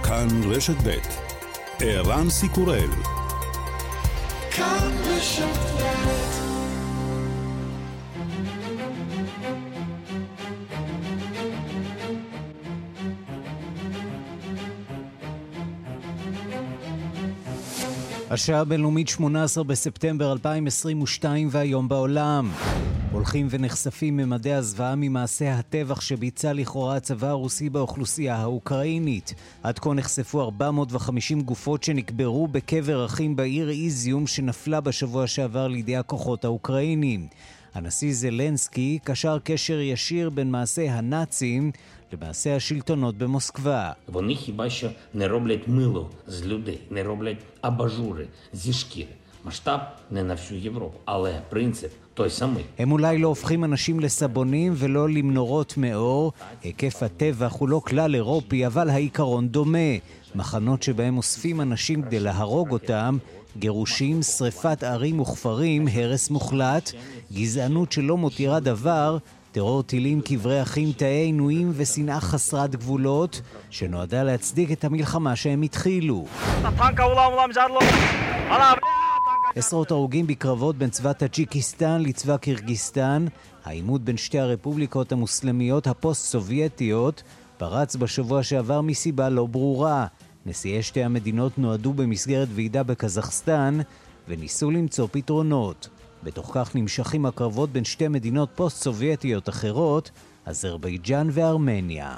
כאן רשת ב' ערן סיקורל. כאן רשת ב'. השעה הבינלאומית 18 בספטמבר 2022 והיום בעולם. הולכים ונחשפים ממדי הזוועה ממעשה הטבח שביצע לכאורה הצבא הרוסי באוכלוסייה האוקראינית. עד כה נחשפו 450 גופות שנקברו בקבר אחים בעיר איזיום שנפלה בשבוע שעבר לידי הכוחות האוקראינים. הנשיא זלנסקי קשר קשר ישיר בין מעשה הנאצים למעשה השלטונות במוסקבה. Вони хіба що не роблять мило з людей, не роблять абажури зі шкіри. масштаб не на всю Європу, але принцип той самий. הם אולי לא הופכים אנשים לסבונים ולא למנורות מאור. היקף הטבח הוא לא כלל אירופי, אבל העיקרון דומה. מחנות שבהם אוספים אנשים כדי להרוג אותם, גירושים, שריפת ערים וכפרים, הרס מוחלט, גזענות שלא מותירה דבר, טרור טילים, קברי אחים, תאי עינויים ושנאה חסרת גבולות, שנועדה להצדיק את המלחמה שהם התחילו. עשרות הרוגים בקרבות בין צבא טאג'יקיסטן לצבא קירגיסטן. העימות בין שתי הרפובליקות המוסלמיות הפוסט-סובייטיות פרץ בשבוע שעבר מסיבה לא ברורה. נשיאי שתי המדינות נועדו במסגרת ועידה בקזחסטן וניסו למצוא פתרונות. בתוך כך נמשכים הקרבות בין שתי מדינות פוסט-סובייטיות אחרות, אזרבייג'אן וארמניה.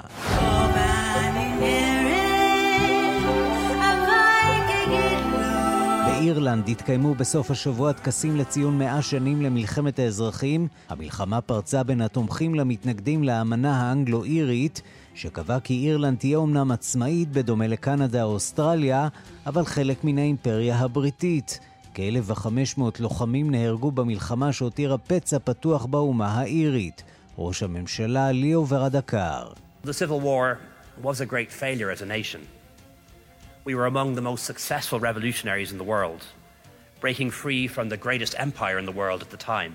באירלנד התקיימו בסוף השבוע טקסים לציון 100 שנים למלחמת האזרחים. המלחמה פרצה בין התומכים למתנגדים לאמנה האנגלו-אירית, שקבע כי אירלנד תהיה אומנם עצמאית בדומה לקנדה או אוסטרליה, אבל חלק מן האימפריה הבריטית. כ-1,500 לוחמים נהרגו במלחמה שהותירה פצע פתוח באומה האירית. ראש הממשלה ליאו ורדקר. The civil war was a great failure as a nation. We were among the most successful revolutionaries in the world, breaking free from the greatest empire in the world at the time.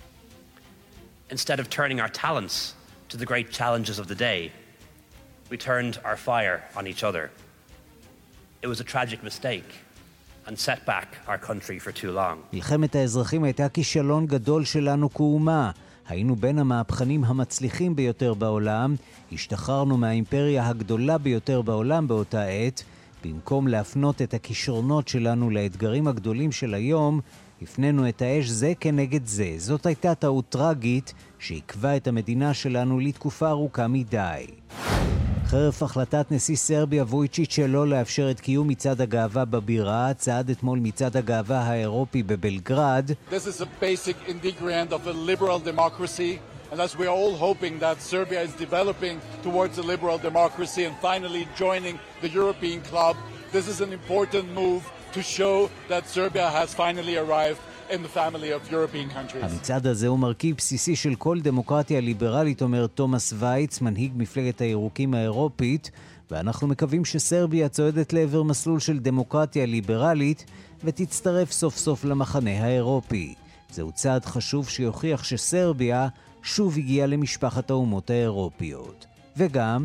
Instead of turning our talents to the great challenges of the day, we turned our fire on each other. It was a tragic mistake and set back our country for too long. מלחמת האזרחים הייתה כישלון גדול שלנו כאומה. היינו בין המהפכנים המצליחים ביותר בעולם, השתחררנו מהאימפריה הגדולה ביותר בעולם באותה עת. במקום להפנות את הכישרונות שלנו לאתגרים הגדולים של היום, הפנינו את האש זה כנגד זה. זאת הייתה טעות טרגית שעקבה את המדינה שלנו לתקופה ארוכה מדי. חרף החלטת נשיא סרביה וויצ'יץ' שלא לאפשר את קיום מצעד הגאווה בבירה, צעד אתמול מצעד הגאווה האירופי בבלגרד. This is a basic ingredient of a liberal democracy. And as we are all hoping that Serbia is developing towards a liberal democracy and finally joining the European club, this is an important move to show that Serbia has finally arrived in the family of European countries. המצעד הזה הוא מרכיב בסיסי של כל דמוקרטיה ליברלית, אומר תומאס וייץ, מנהיג מפלגת הירוקים האירופית, ואנחנו מקווים שסרביה צועדת לעבר מסלול של דמוקרטיה ליברלית ותצטרף סוף סוף למחנה האירופי. זהו צעד חשוב שיוכיח שסרביה שוב הגיע למשפחת האומות האירופיות. וגם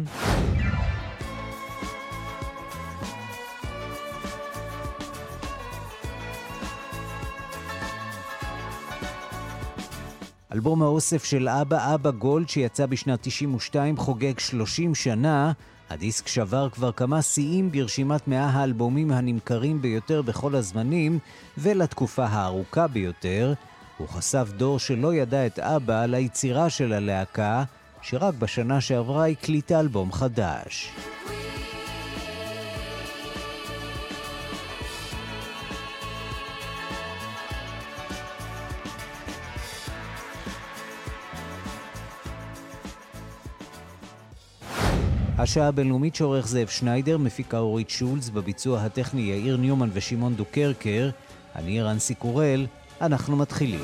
אלבום האוסף של אבא גולד שיצא בשנת 92 חוגג 30 שנה. הדיסק שבר כבר כמה שיאים ברשימת 100 האלבומים הנמכרים ביותר בכל הזמנים ולתקופה הארוכה ביותר. הוא חשף דור שלא ידע את אבא על היצירה של הלהקה, שרק בשנה שעברה הקליטה אלבום חדש. השעה הבינלאומית שעורך זאב שניידר, מפיקה אורית שולץ, בביצוע הטכני יאיר ניומן ושמעון דוקרקר. אני ערן סיקורל. אנחנו מתחילים.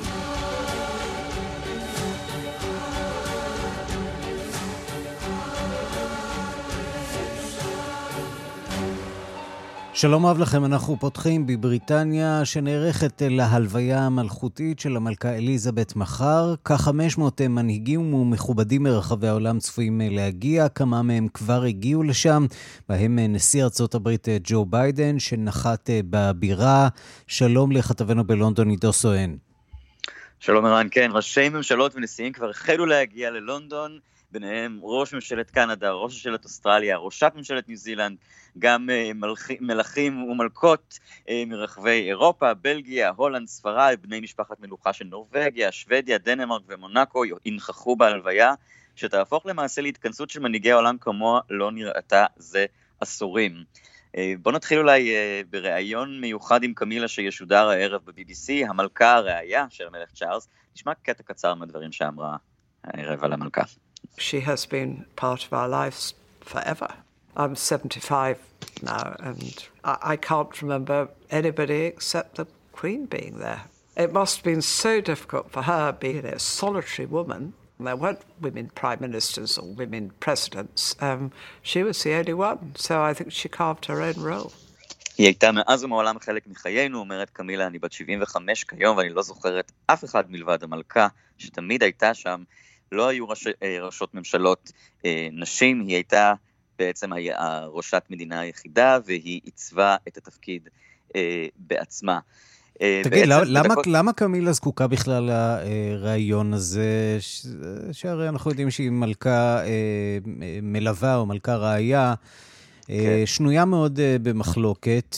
שלום רב לכם, אנחנו פותחים בבריטניה שנערכת להלוויה המלכותית של המלכה אליזבת מחר. כ-500 מנהיגים ומכובדים מרחבי העולם צפויים להגיע, כמה מהם כבר הגיעו לשם, בהם נשיא ארצות הברית ג'ו ביידן שנחת בבירה. שלום לכתבנו בלונדון עידו סואן. שלום ערן, כן, ראשי ממשלות ונשיאים כבר החלו להגיע ללונדון, ביניהם ראש ממשלת קנדה, ראש ממשלת אוסטרליה, ראשת ממשלת ניו זילנד, גם מלכים ומלכות מרחבי אירופה, בלגיה, הולנד, ספרד, בני משפחת מלוכה של נורווגיה, שוודיה, דנמרק ומונקו ינכחו בהלוויה, שתהפוך למעשה להתכנסות של מנהיגי העולם כמוה לא נראתה זה עשורים. בוא נתחיל אולי בראיון מיוחד עם קמילה שישודר הערב ב-BBC, המלכה הרעיה של המלך צ'ארלס. נשמע קטע קצר מהדברים שאמרה הערב על המלכה. She has been part of our lives forever. I'm 75 now, and I can't remember anybody except the Queen being there. It must have been so difficult for her being a solitary woman. There weren't women prime ministers or women presidents. She was the only one, so I think she carved her own role. היא הייתה מאז ומעולם חלק מחיינו, אומרת קמילה, אני בת 75 כיום, ואני לא זוכרת אף אחד מלבד המלכה, שתמיד הייתה שם. לא היו ראשות ממשלות נשים, היא הייתה בעצם ראשת מדינה היחידה, והיא עיצבה את התפקיד בעצמה. תגיד, למה קמילה זקוקה בכלל לרעיון הזה, שהרי אנחנו יודעים שהיא מלכה מלווה או מלכה רעיה, שנויה מאוד במחלוקת,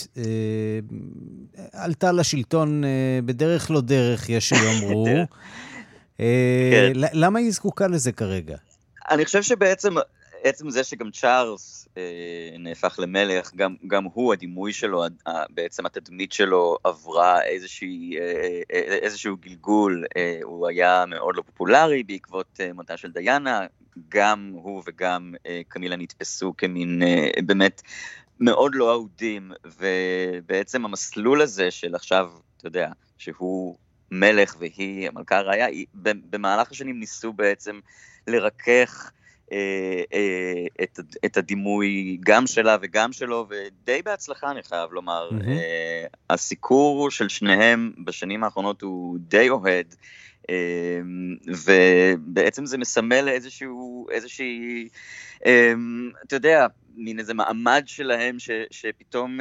עלתה לשלטון בדרך לא דרך, יש שיאמרו. למה היא זקוקה לזה כרגע? אני חושב שבעצם זה שגם צ'ארלס נהפך למלך, גם הוא, הדימוי שלו, בעצם התדמית שלו עברה איזשהו גלגול, הוא היה מאוד לא פופולרי בעקבות מותה של דיאנה, גם הוא וגם קמילה נתפסו כמין באמת מאוד לא אהודים, ובעצם המסלול הזה של עכשיו, אתה יודע, שהוא מלך והיא המלכה הרעיה, במהלך השנים ניסו בעצם לרכך את הדימוי גם שלה וגם שלו, ודי בהצלחה אני חייב לומר. הסיקור של שניהם בשנים האחרונות הוא די אוהד, ובעצם זה מסמל איזושהי, אתה יודע, מין איזה מעמד שלהם שפתאום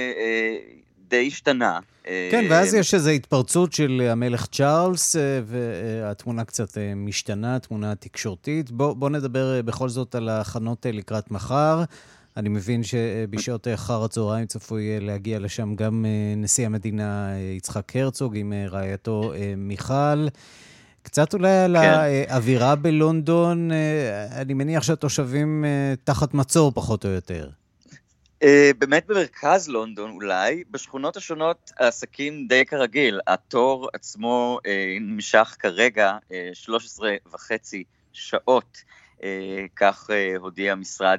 די השתנה. כן, ואז יש איזו התפרצות של המלך צ'ארלס, והתמונה קצת משתנה, תמונה תקשורתית. בוא נדבר בכל זאת על ההכנות לקראת מחר. אני מבין שבשעות אחר הצהריים צפוי להגיע לשם גם נשיא המדינה יצחק הרצוג עם רעייתו מיכל. קצת אולי על האווירה בלונדון, אני מניח שהתושבים תחת מצור פחות או יותר. באמת במרכז לונדון אולי, בשכונות השונות העסקים די כרגיל, התור עצמו נמשך כרגע 13.5 שעות, כך הודיע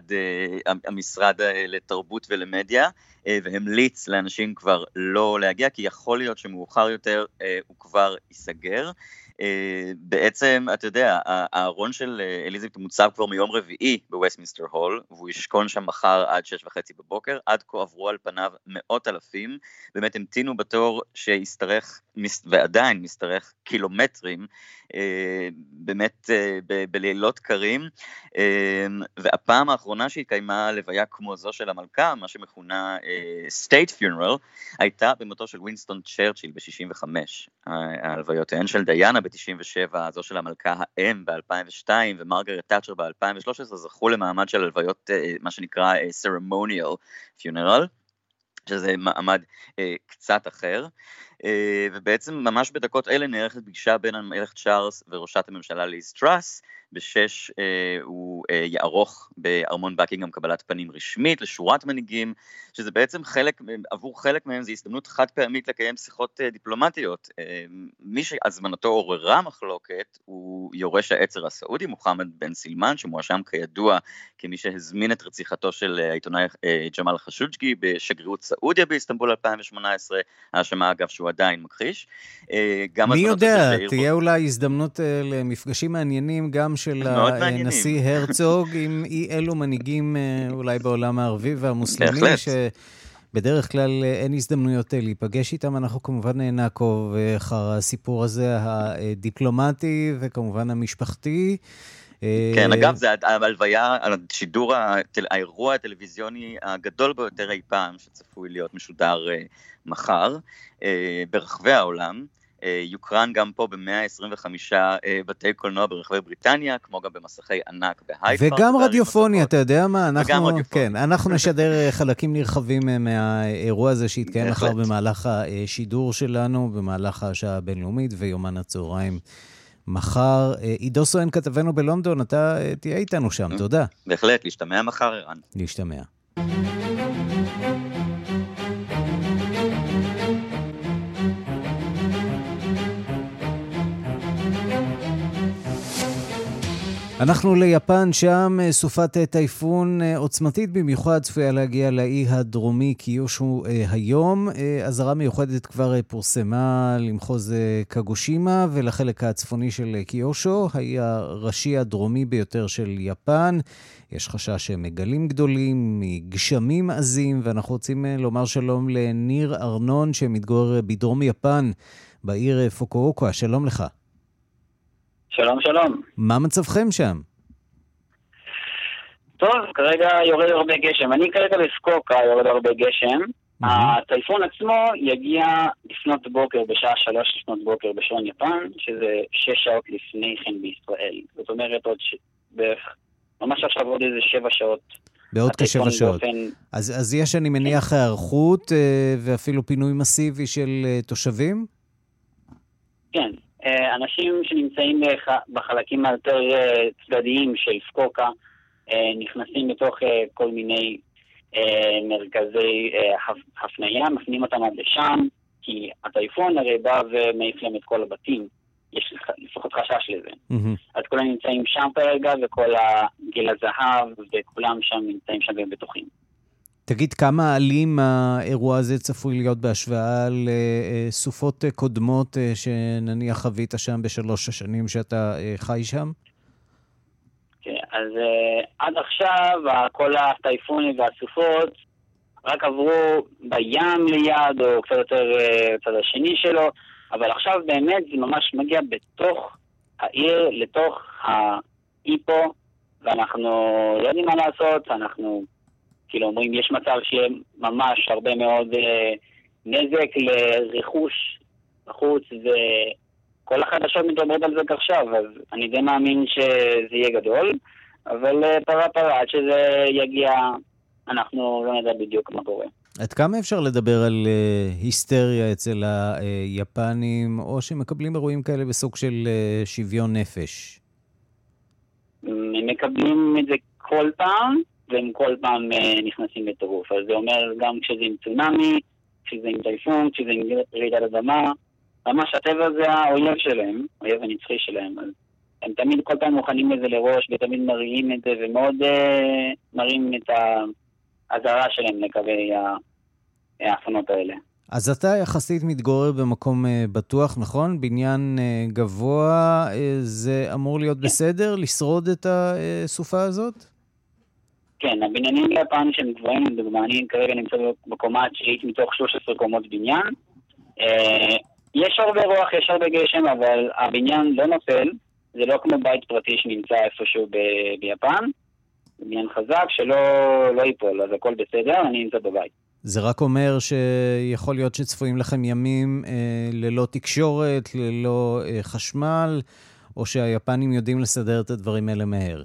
המשרד לתרבות ולמדיה, והמליץ לאנשים כבר לא להגיע, כי יכול להיות שמאוחר יותר הוא כבר ייסגר. בעצם, אתה יודע, הארון של אליזבת מוצב כבר מיום רביעי בווסטמינסטר הול, והוא ישכון שם מחר עד 6:30 בבוקר, עד כה עברו על פניו מאות אלפים, באמת המתינו בתור שיסתרך, ועדיין מסתרך קילומטרים, באמת בלילות קרים, והפעם האחרונה שהתקיימה לוויה כמו זו של המלכה, מה שמכונה state funeral, הייתה במותו של ווינסטון צ'רצ'יל ב-65, ההלוויותיהן של דיאנה ב-97, זו של המלכה האם ב-2002, ומרגרט תאצ'ר ב-2013, זכו למעמד של הלוויות, מה שנקרא ceremonial funeral, שזה מעמד קצת אחר, ובעצם ממש בדקות אלה נערכת פגישה בין המלך צ'ארלס וראשת הממשלה ליז טראס, ב-6 הוא יערוך בארמון בקינגהאם קבלת פנים רשמית לשורת מנהיגים, שזה בעצם עבור חלק מהם זה הזדמנות חד פעמית לקיים שיחות דיפלומטיות. מי שהזמנתו עוררה מחלוקת הוא יורש העצר הסעודי, מוחמד בן סילמן, שמואשם כידוע כמי שהזמין את רציחתו של העיתונאי ג'מאל חשוג'י בשגרירות סעודיה באיסטנבול 2018, האשמה אגב שהוא עדיין מכחיש. מי יודע, תהיה אולי הזדמנות למפגשים מעניינים גם של הנשיא הרצוג עם אי אלו מנהיגים אולי בעולם הערבי והמוסלמי בדרך כלל אין הזדמנויות להיפגש איתם, אנחנו כמובן נעקוב אחר הסיפור הזה הדיפלומטי וכמובן המשפחתי. כן, אגב, זה ההלוויה, השידור, האירוע הטלוויזיוני הגדול ביותר אי פעם, שצפוי להיות משודר מחר, ברחבי העולם. יוקרן גם פה ב-125 בתי קולנוע ברחבי בריטניה, כמו גם במסכי ענק בהייד פארק. וגם רדיופוניה, אתה יודע מה? אנחנו נשדר חלקים נרחבים מהאירוע הזה שהתקיים מחר במהלך השידור שלנו, במהלך השעה הבינלאומית ויומן הצהריים. מחר, עידו סואן כתבנו בלונדון, אתה תהיה איתנו שם, תודה. בהחלט, להשתמע מחר, ערן. להשתמע. אנחנו ליפן, שם סופת טייפון עוצמתית במיוחד צפויה להגיע לאי הדרומי קיושו היום. אזהרה מיוחדת כבר פורסמה למחוז קגושימה ולחלק הצפוני של קיושו, האי הראשי הדרומי ביותר של יפן. יש חשש מגלים גדולים, גשמים עזים, ואנחנו רוצים לומר שלום לניר ארנון שמתגורר בדרום יפן, בעיר פוקואוקה. שלום לך. שלום, שלום. מה מצבכם שם? טוב, כרגע יורד הרבה גשם. אני כרגע בפוקואוקה, יורד הרבה גשם. הטייפון עצמו יגיע לפנות בוקר, בשעה 3 לפנות בוקר בשעון יפן, שזה 6 שעות לפני כן בישראל. זאת אומרת, ממש עכשיו עוד איזה 7 שעות. בעוד כ7 שעות. אז יש, אני מניח, הערכות ואפילו פינוי מסיבי של תושבים? כן. אנשים שנמצאים בחלקים היותר צדדיים של פוקואוקה נכנסים בתוך כל מיני מרכזי הפניה, מפנים אותם עד לשם, כי הטייפון הרי בא ומעיף להם את כל הבתים, יש לפחות חשש לזה. אז כולם נמצאים שם כרגע, וכל גיל הזהב וכולם שם נמצאים שם והם בטוחים. תגיד, כמה אלים האירוע הזה צפוי להיות בהשוואה לסופות קודמות שנניח חווית שם ב3 השנים שאתה חי שם? כן, אז עד עכשיו כל הטייפונים והסופות רק עברו בים ליד או קצת יותר צד השני שלו, אבל עכשיו באמת זה ממש מגיע בתוך העיר, לתוך האיפו, ואנחנו לא יודעים מה לעשות, אנחנו כאילו אומרים, יש מצב שיהיה ממש הרבה מאוד נזק לרכוש בחוץ, וכל החדשות מדברות על זה עכשיו, אז אני די מאמין שזה יהיה גדול, אבל פרה עד שזה יגיע, אנחנו לא נדע בדיוק מה קורה. עד כמה אפשר לדבר על היסטריה אצל היפנים, או שמקבלים אירועים כאלה בסוג של שוויון נפש? הם מקבלים את זה כל פעם, והם כל פעם נכנסים בטירוף. אז זה אומר גם כשזה עם צונמי, כשזה עם טייפון, כשזה עם רעידת אדמה, ממש הטבע זה האויב שלהם, האויב הנצחי שלהם. אז הם תמיד כל פעם מוכנים לזה לראש, ותמיד מראים את זה, ומאוד מראים את ההזרה שלהם לגבי האסונות האלה. אז אתה יחסית מתגורר במקום בטוח, נכון? בניין גבוה, זה אמור להיות בסדר? לשרוד את הסופה הזאת? כן, הבניינים ביפן שהם גבוהים, לדוגמה, אני כרגע נמצא בקומה 9 מתוך 13 קומות בניין. יש הרבה רוח, יש הרבה גשם, אבל הבניין לא נופל. זה לא כמו בית פרטי שנמצא איפשהו ביפן. זה בניין חזק שלא ייפול, אז הכל בסדר, אני נמצא בבית. זה רק אומר שיכול להיות שצפויים לכם ימים ללא תקשורת, ללא חשמל, או שהיפנים יודעים לסדר את הדברים האלה מהר?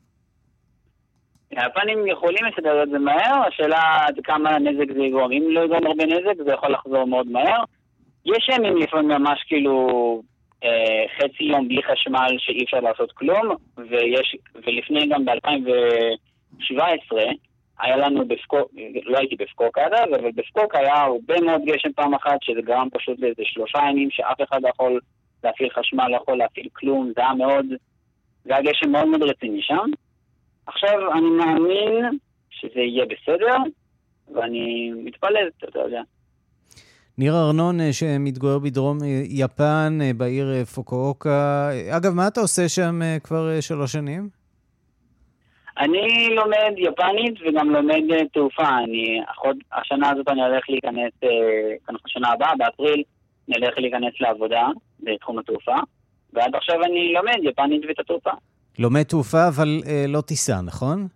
היפנים יכולים לסדר את זה מהר, השאלה עד כמה נזק זה יגרום. אם לא יגרום הרבה נזק, זה יכול לחזור מאוד מהר. יש ימים לפעמים ממש כאילו חצי יום בלי חשמל שאי אפשר לעשות כלום, ולפני גם ב-2017 היה לנו לא הייתי בפוקואוקה, אבל בפוקואוקה היה הרבה מאוד גשם פעם אחת, שזה גרם פשוט לאיזה 3 ימים שאף אחד לא יכול להפעיל חשמל, לא יכול להפעיל כלום, זה היה גשם מאוד מאוד רציני שם. עכשיו אני מאמין שזה יהיה בסדר, ואני מתפלל, אתה יודע. ניר ארנון שמתגורר בדרום יפן, בעיר פוקואוקה. אגב, מה אתה עושה שם כבר 3 שנים? אני לומד יפנית וגם לומד תעופה. השנה הזאת אני הולך להיכנס, השנה הבאה, באפריל, אני הולך להיכנס לעבודה בתחום התעופה, ועד עכשיו אני לומד יפנית ואת התעופה. לומד תעופה, אבל לא טיסה, נכון?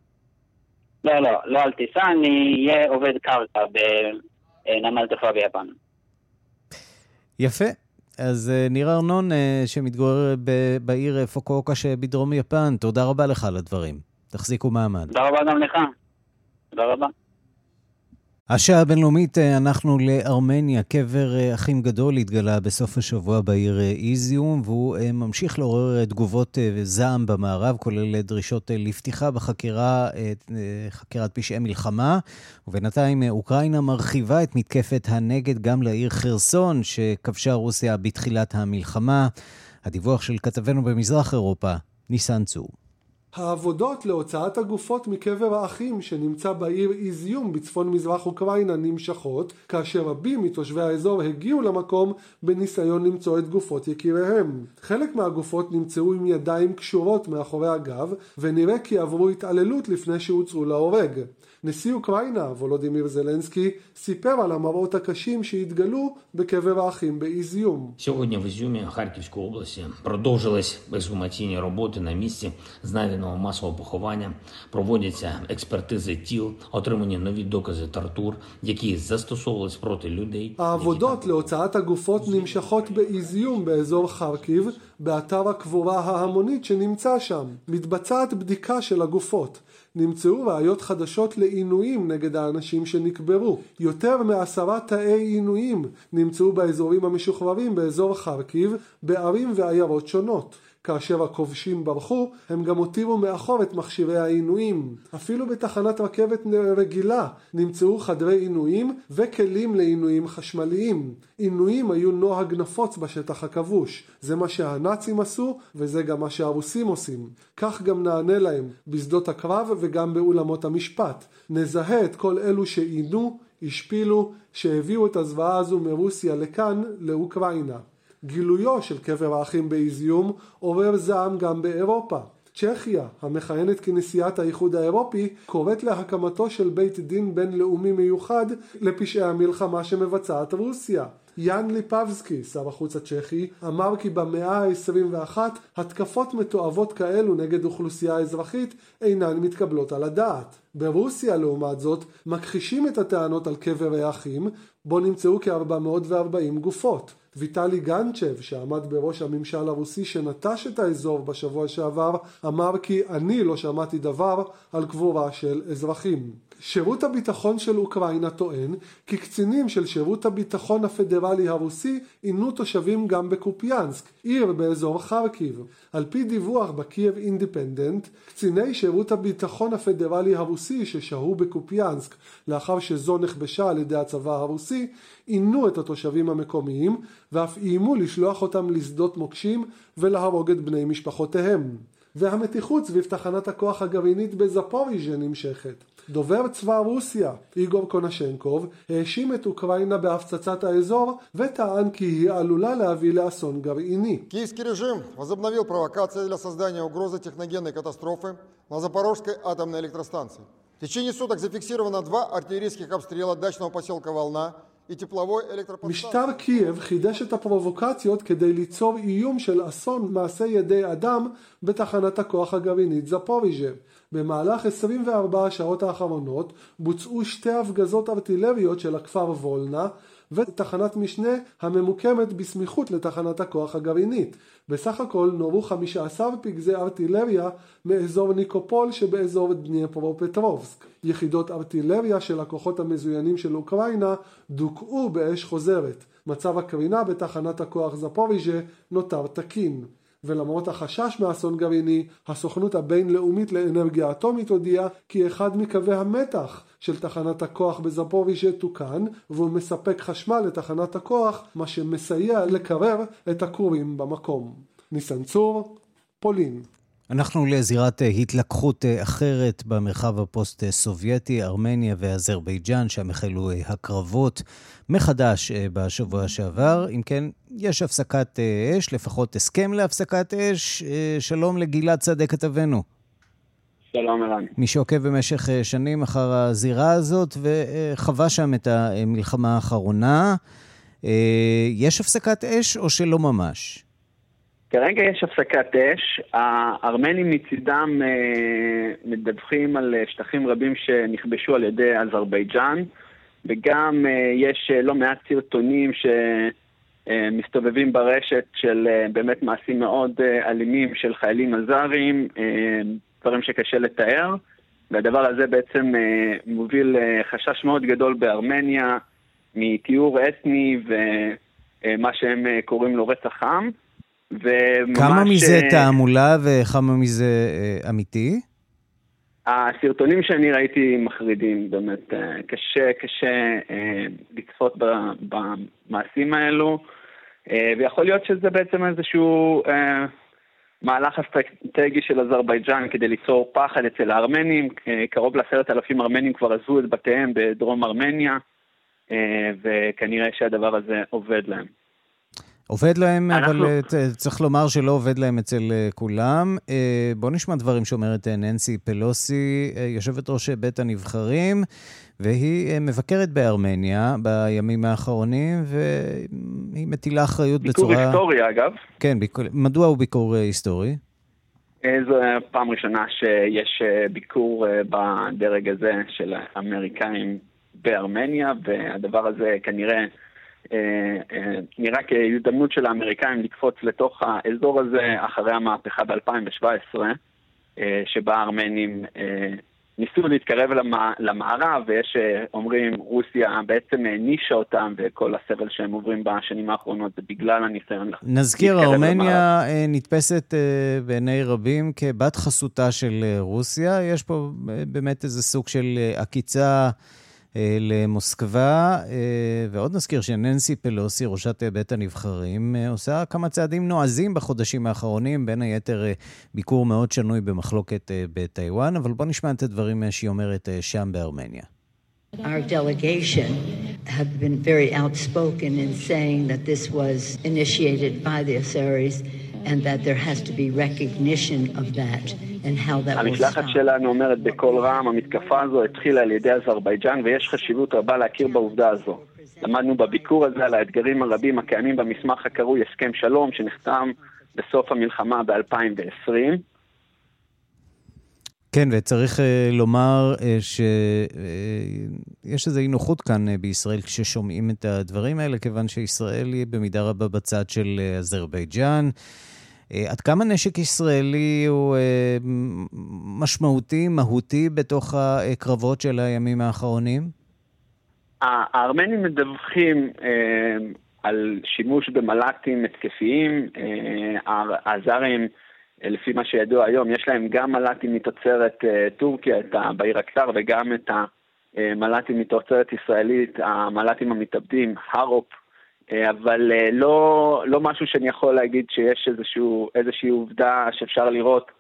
לא על טיסה, אני אהיה עובד קרקע בנמל תעופה ביפן. יפה. אז ניר ארנון, שמתגורר בעיר פוקואוקה שבדרום יפן, תודה רבה לך על הדברים. תחזיקו מעמד. תודה רבה גם לך. תודה רבה. השעה הבינלאומית, אנחנו לארמניה. קבר אחים גדול התגלה בסוף השבוע בעיר איזיום, והוא ממשיך לעורר תגובות זעם במערב, כולל דרישות לפתיחה חקירת פשעי מלחמה, ובינתיים אוקראינה מרחיבה את מתקפת הנגד גם לעיר חרסון, שכבשה רוסיה בתחילת המלחמה. הדיווח של כתבנו במזרח אירופה, ניסן צור. העבודות להוצאת הגופות מקבר האחים שנמצא בעיר איזיום בצפון מזרח אוקראינה נמשכות, כאשר רבים מתושבי האזור הגיעו למקום בניסיון למצוא את גופות יקיריהם. חלק מהגופות נמצאו עם ידיים קשורות מאחורי הגב, ונראה כי עברו התעללות לפני שהוצאו להורג. נשיא אוקראינה, וולודימיר זלנסקי, סיפר על המראות הקשים שהתגלו בקבר האחים באיזיום. Сьогодні в Ізюмі, Харківської області, продовжились ексгумаційні роботи на місці знайденого масового поховання. Проводяться експертизи тіл, отримані нові докази тортур, які застосовувались проти людей. העבודות להוצאת הגופות נמשכות באיזיום באזור חרקיב, באתר הקבורה ההמונית שנמצא שם. מתבצעת בדיקה של הגופות. נמצאו ראיות חדשות לעינויים נגד האנשים שנקברו. יותר מ10 תאי עינויים נמצאו באזורים המשוחררים באזור חרקיב, בערים ועיירות שונות. כאשר הכובשים ברחו, הם גם הותירו מאחור את מכשירי העינויים. אפילו בתחנת רכבת רגילה נמצאו חדרי עינויים וכלים לעינויים חשמליים. עינויים היו נוהג נפוץ בשטח הכבוש. זה מה שהנאצים עשו, וזה גם מה שהרוסים עושים. כך גם נענה להם בשדות הקרב וגם באולמות המשפט. נזהה את כל אלו שעינו, השפילו, שהביאו את הזוועה הזו מרוסיה לכאן, לאוקראינה. גילויו של קבר האחים באיזיום עורר זעם גם באירופה. צ'כיה, המכהנת כנשיאת האיחוד האירופי, קוראת להקמתו של בית דין בינלאומי מיוחד לפשעי המלחמה שמבצעת רוסיה. יאן ליפבסקי, שר החוץ הצ'כי, אמר כי במאה ה-21 התקפות מתועבות כאלו נגד אוכלוסייה אזרחית אינן מתקבלות על הדעת. ברוסיה, לעומת זאת, מכחישים את הטענות על קבר האחים, בו נמצאו כ-440 גופות. ויטלי גנצ'ב, שעמד בראש הממשל הרוסי שנטש את האזור בשבוע שעבר, אמר כי אני לא שמעתי דבר על קבורה של אזרחים. שירות הביטחון של אוקראינה טוען כי קצינים של שירות הביטחון הפדרלי הרוסי עינו תושבים גם בקופיאנסק, עיר באזור חרקיב. על פי דיווח בקייב אינדיפנדנט, קציני שירות הביטחון הפדרלי הרוסי ששהו בקופיאנסק לאחר שזו נכבשה על ידי הצבא הרוסי, עינו את התושבים המקומיים ואף איימו לשלוח אותם לשדות מוקשים ולהרוג את בני משפחותיהם. והמתיחות סביב תחנת הכוח הגרעינית בזפוריז'ה נמשכת. דובר צבא רוסיה, איגור קונשנקוב, האשים את אוקראינה בהפצצת האזור וטען כי היא עלולה להביא לאסון גרעיני. Киевский режим возобновил провокации для создания угрозы техногенной катастрофы на Запорожской атомной электростанции. В течение суток зафиксировано 2 артиллерийских обстрела дачного поселка Волна и тепловой электроподстанции. משטר קייב חידש את הפרובוקציות כדי ליצור איום של אסון מעשה ידי אדם בתחנת הכוח הגרעינית זפוריז'ה. במהלך 24 השעות האחרונות בוצעו 2 הפגזות ארטילריות של הכפר וולנה ותחנת משנה הממוקמת בסמיכות לתחנת הכוח הגרעינית. בסך הכל נורו 15 פגזי ארטילריה מאזור ניקופול שבאזור דניפרופטרובסק. יחידות ארטילריה של הכוחות המזוינים של אוקראינה דוכאו באש חוזרת. מצב הקרינה בתחנת הכוח זפוריז'ה נותר תקין. ולמרות החשש מאסון גרעיני, הסוכנות הבינלאומית לאנרגיה אטומית הודיעה כי אחד מקווי המתח של תחנת הכוח בזפוריז'ה תוקן, והוא מספק חשמל לתחנת הכוח, מה שמסייע לקרר את הכורים במקום. ניסן צור, פולין. אנחנו לזירת התלקחות אחרת במרחב הפוסט-סובייטי, ארמניה ואזרבייג'אן, שם החלו הקרבות מחדש בשבוע שעבר. אם כן, יש הפסקת אש, לפחות הסכם להפסקת אש. שלום לגלעד צדק כתבנו. שלום ערן. מי שעוקב במשך שנים אחר הזירה הזאת וחווה שם את המלחמה האחרונה, יש הפסקת אש או שלא ממש? כרגע יש הפסקת אש. הארמנים מצידם מדווחים על שטחים רבים שנכבשו על ידי אזרבייג'אן, וגם יש לא מעט סרטונים שמסתובבים ברשת של באמת מעשים מאוד אלימים של חיילים אזרים, דברים שקשה לתאר, והדבר הזה בעצם מוביל חשש מאוד גדול בארמניה מתיאור אתני ומה שהם קוראים לו רצח עם. כמה מזה תעמולה וכמה מזה אמיתי? הסרטונים שאני ראיתי מחרידים, באמת קשה לצפות במעשים האלו, ויכול להיות שזה בעצם איזשהו מהלך אסטרטגי של אזרבייג'אן כדי ליצור פחד אצל הארמנים. קרוב ל10,000 ארמנים כבר עזבו את בתיהם בדרום ארמניה, וכנראה שהדבר הזה עובד להם. עובד להם, אבל צריך לומר שלא עובד להם אצל כולם. בוא נשמע דברים שאומרת ננסי פלוסי, יושבת ראש בית הנבחרים, והיא מבקרת בארמניה בימים האחרונים, והיא מטילה אחריות בצורה... ביקור היסטורי, אגב. כן, מדוע הוא ביקור היסטורי? זו פעם ראשונה שיש ביקור בדרג הזה של האמריקאים בארמניה, והדבר הזה כנראה נראה כהזדמנות של האמריקאים לקפוץ לתוך האזור הזה אחרי המהפכה ב-2017, שבה הארמנים ניסו להתקרב למערב, ויש אומרים רוסיה בעצם נישה אותם, וכל הסבל שהם עוברים בשנים האחרונות זה בגלל הניסיון. נזכיר, ארמניה נתפסת בעיני רבים כבת חסותה של רוסיה. יש פה באמת איזה סוג של עקיצה למוסקבה, ועוד נזכיר שננסי פלוסי, ראשת בית הנבחרים, עושה כמה צעדים נועזים בחודשים האחרונים, בין היתר ביקור מאוד שנוי במחלוקת בטיואן, אבל בוא נשמע את הדברים שהיא אומרת שם בארמניה. Our delegation have been very outspoken in saying that this was initiated by the Azeris and that there has to be recognition of that and how that was המשלחת שלנו אומרת בכל רם, המתקפה הזו התחילה על ידי אזרבייג'אן ויש חשיבות רבה להכיר בעובדה הזו. למדנו בביקור הזה על האתגרים הרבים הקיימים במסמך הקרוי הסכם שלום שנחתם בסוף המלחמה ב-2020. כן, וצריך לומר שיש איזו אי-נוחות כאן בישראל כששומעים את הדברים האלה, כיוון שישראל היא במידה רבה בצד של אזרבייג'אן. עד כמה נשק ישראלי הוא משמעותי, מהותי בתוך הקרבות של הימים האחרונים? הארמנים מדווחים על שימוש במל"טים התקפיים. האזרים, לפי מה שידוע היום, יש להם גם מל"טים מתוצרת טורקיה, את הביירקטר, וגם את המל"טים מתוצרת ישראלית, המל"טים המתאבדים, הרופ, אבל לא משהו שאני יכול להגיד שיש איזושהי עובדה שאפשר לראות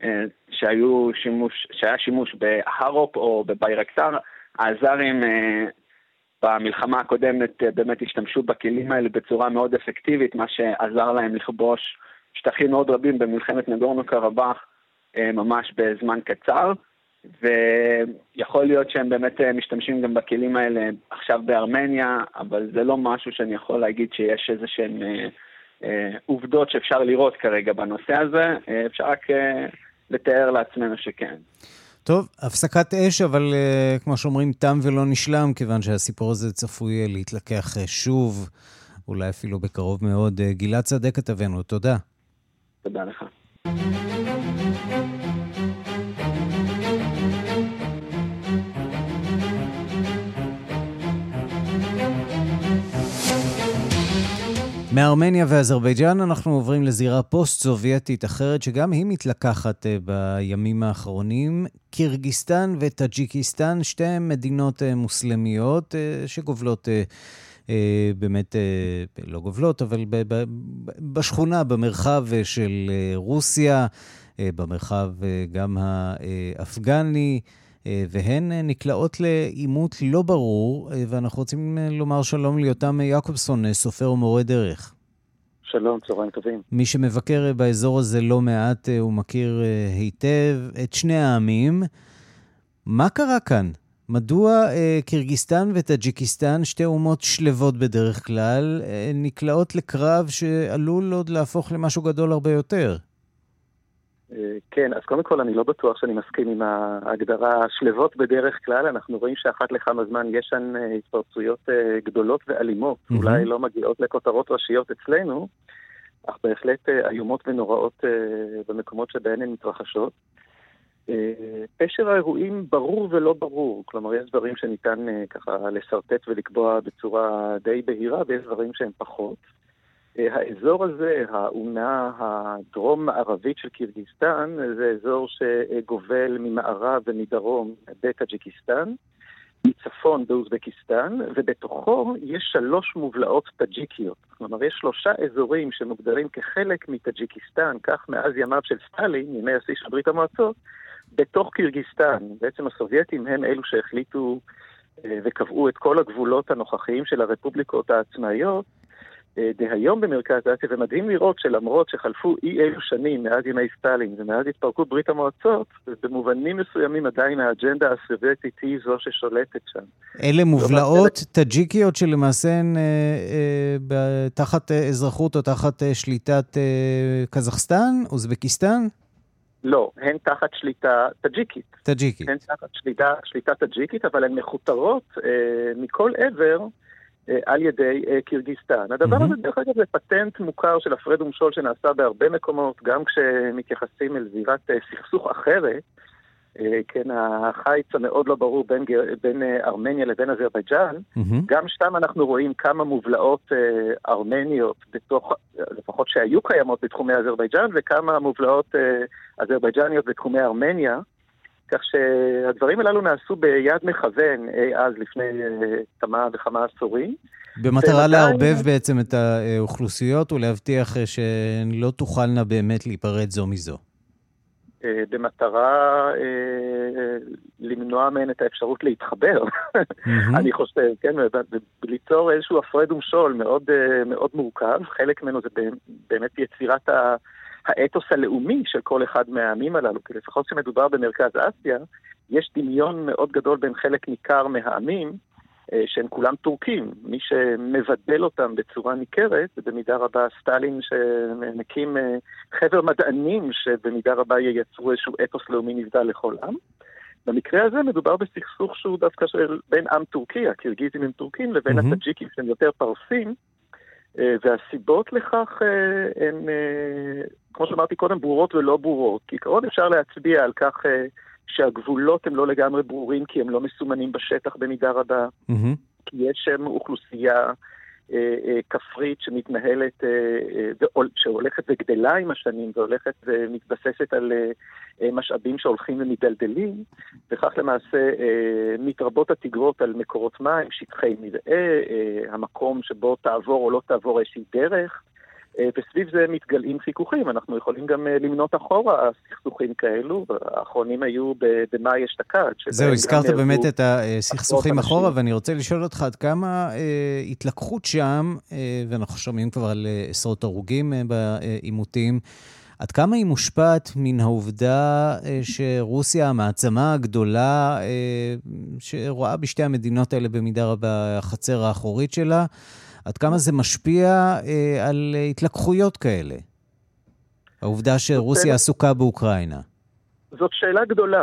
שהיה שימוש בהרופ או בביירקטר. האזרים במלחמה הקודמת באמת השתמשו בכלים האלה בצורה מאוד אפקטיבית, מה שעזר להם לכבוש שטחים מאוד רבים במלחמת נגורנו קרבאח ממש בזמן קצר, ויכול להיות שהם באמת משתמשים גם בכלים האלה עכשיו בארמניה, אבל זה לא משהו שאני יכול להגיד שיש איזה שהן עובדות שאפשר לראות כרגע בנושא הזה, אפשר רק לתאר לעצמנו שכן. טוב, הפסקת אש, אבל כמו שאומרים, תם ולא נשלם, כיוון שהסיפור הזה צפוי להתלקח שוב, אולי אפילו בקרוב מאוד. גלעד צדק כתבנו, תודה. תודה לך. מארמניה ואזרבייג'אן אנחנו עוברים לזירה פוסט-סובייטית אחרת, שגם היא מתלקחת בימים האחרונים. קירגיסטן וטאג'יקיסטן, שתי מדינות מוסלמיות שגובלות באמת, לא גובלות, אבל בשכונה, במרחב של רוסיה, במרחב גם האפגני, והן נקלעות לאימות לא ברור, ואנחנו רוצים לומר שלום ליותם יעקובסון, סופר ומורה דרך. שלום, צהריים טובים. מי שמבקר באזור הזה לא מעט, הוא מכיר היטב את שני העמים. מה קרה כאן? מדוע קירגיסטן וטאג'יקיסטן, שתי אומות שלבות בדרך כלל, נקלעות לקרב שעלול עוד להפוך למשהו גדול הרבה יותר? כן, אז קודם כל אני לא בטוח שאני מסכים עם ההגדרה שלבות בדרך כלל. אנחנו רואים שאחת לכמה זמן יש שם התפרצויות גדולות ואלימות, אולי לא מגיעות לכותרות ראשיות אצלנו, אך בהחלט איומות ונוראות במקומות שבהן הן מתרחשות. פשר האירועים ברור ולא ברור, כלומר יש דברים שניתן ככה לסרטט ולקבוע בצורה די בהירה, ויש דברים שהם פחות. האזור הזה, האונה הדרום-מערבית של קירגיסטן, זה אזור שגובל ממערב ומדרום בטאג'יקיסטן, מצפון באוזבקיסטן, ובתוכו יש 3 מובלעות טאג'יקיות. כלומר, יש 3 אזורים שמוגדרים כחלק מטאג'יקיסטן, כך מאז ימיו של סטלין, ימי השיא של ברית המועצות, בתוך קירגיסטן. בעצם הסובייטים הם אלו שהחליטו וקבעו את כל הגבולות הנוכחיים של הרפובליקות העצמאיות, דהיום במרכז אסיה, ומדהים לראות שלמרות שחלפו אי אלו שנים מאז ימי סטלין ומאז התפרקות ברית המועצות, במובנים מסוימים עדיין האג'נדה הסובייטית היא זו ששולטת שם. אלה מובלעות טאג'יקיות שלמעשה הן תחת אזרחות או תחת שליטת קזחסטן, אוזבקיסטן? לא, הן תחת שליטה טאג'יקית. טאג'יקית. הן תחת שליטה טאג'יקית, אבל הן מחותרות מכל עבר על ידי קירגיסטן. הדבר הזה דרך אגב זה פטנט מוכר של הפרד ומשול שנעשה בהרבה מקומות, גם כשמתייחסים אל זירת סכסוך אחרת, כן, החיץ המאוד לא ברור בין ארמניה לבין אזרבייג'אן, גם שם אנחנו רואים כמה מובלעות ארמניות בתוך, לפחות שהיו קיימות בתחומי אזרבייג'אן, וכמה מובלעות אזרבייג'ניות בתחומי ארמניה, כך שהדברים הללו נעשו ביד מכוון אז לפני כמה וכמה עשורים. במטרה לערבב בעצם את האוכלוסיות ולהבטיח שהן לא תוכלנה באמת להיפרד זו מזו. במטרה למנוע מהן את האפשרות להתחבר, אני חושב, כן, ליצור איזשהו הפרד ומשול מאוד, מאוד מורכב. חלק ממנו זה באמת יצירת האתוס הלאומי של כל אחד מהעמים הללו, כי לפחות שמדובר במרכז אסיה, יש דמיון מאוד גדול בין חלק ניכר מהעמים, שהם כולם טורקים. מי שמבדל אותם בצורה ניכרת, במידה רבה סטלין שמקים חבר מדענים שבמידה רבה ייצרו איזשהו אתוס לאומי נבדל לכל עם. במקרה הזה מדובר בסכסוך שהוא דווקא בין עם טורקי, הקירגיזים הם טורקים, לבין הטאג'יקים שהם יותר פרסים, והסיבות לכך הן, כמו שאמרתי קודם, ברורות ולא ברורות. כעיקרון אפשר להצביע על כך שהגבולות הם לא לגמרי ברורים, כי הם לא מסומנים בשטח במידה רבה, כי יש שם אוכלוסייה כפרית שמתנהלת, שהולכת וגדלה עם השנים, והולכת ומתבססת על משאבים שהולכים ומדלדלים, וכך למעשה מתרבות התגרות על מקורות מים, שטחי מרעה, המקום שבו תעבור או לא תעבור איזושהי דרך, וסביב זה מתגלעים חיכוכים. אנחנו יכולים גם למנות אחורה סכסוכים כאלו, האחרונים היו במאי אשתקד. זהו, הזכרת באמת את הסכסוכים אחורה, ואני רוצה לשאול אותך עד כמה התלקחות שם, ואנחנו שומעים כבר על עשרות הרוגים בעימותים, עד כמה היא מושפעת מן העובדה שרוסיה, המעצמה הגדולה, שרואה בשתי המדינות האלה במידה רבה החצר האחורית שלה, עד כמה זה משפיע על התלקחויות כאלה? העובדה שרוסיה עסוקה באוקראינה. זאת שאלה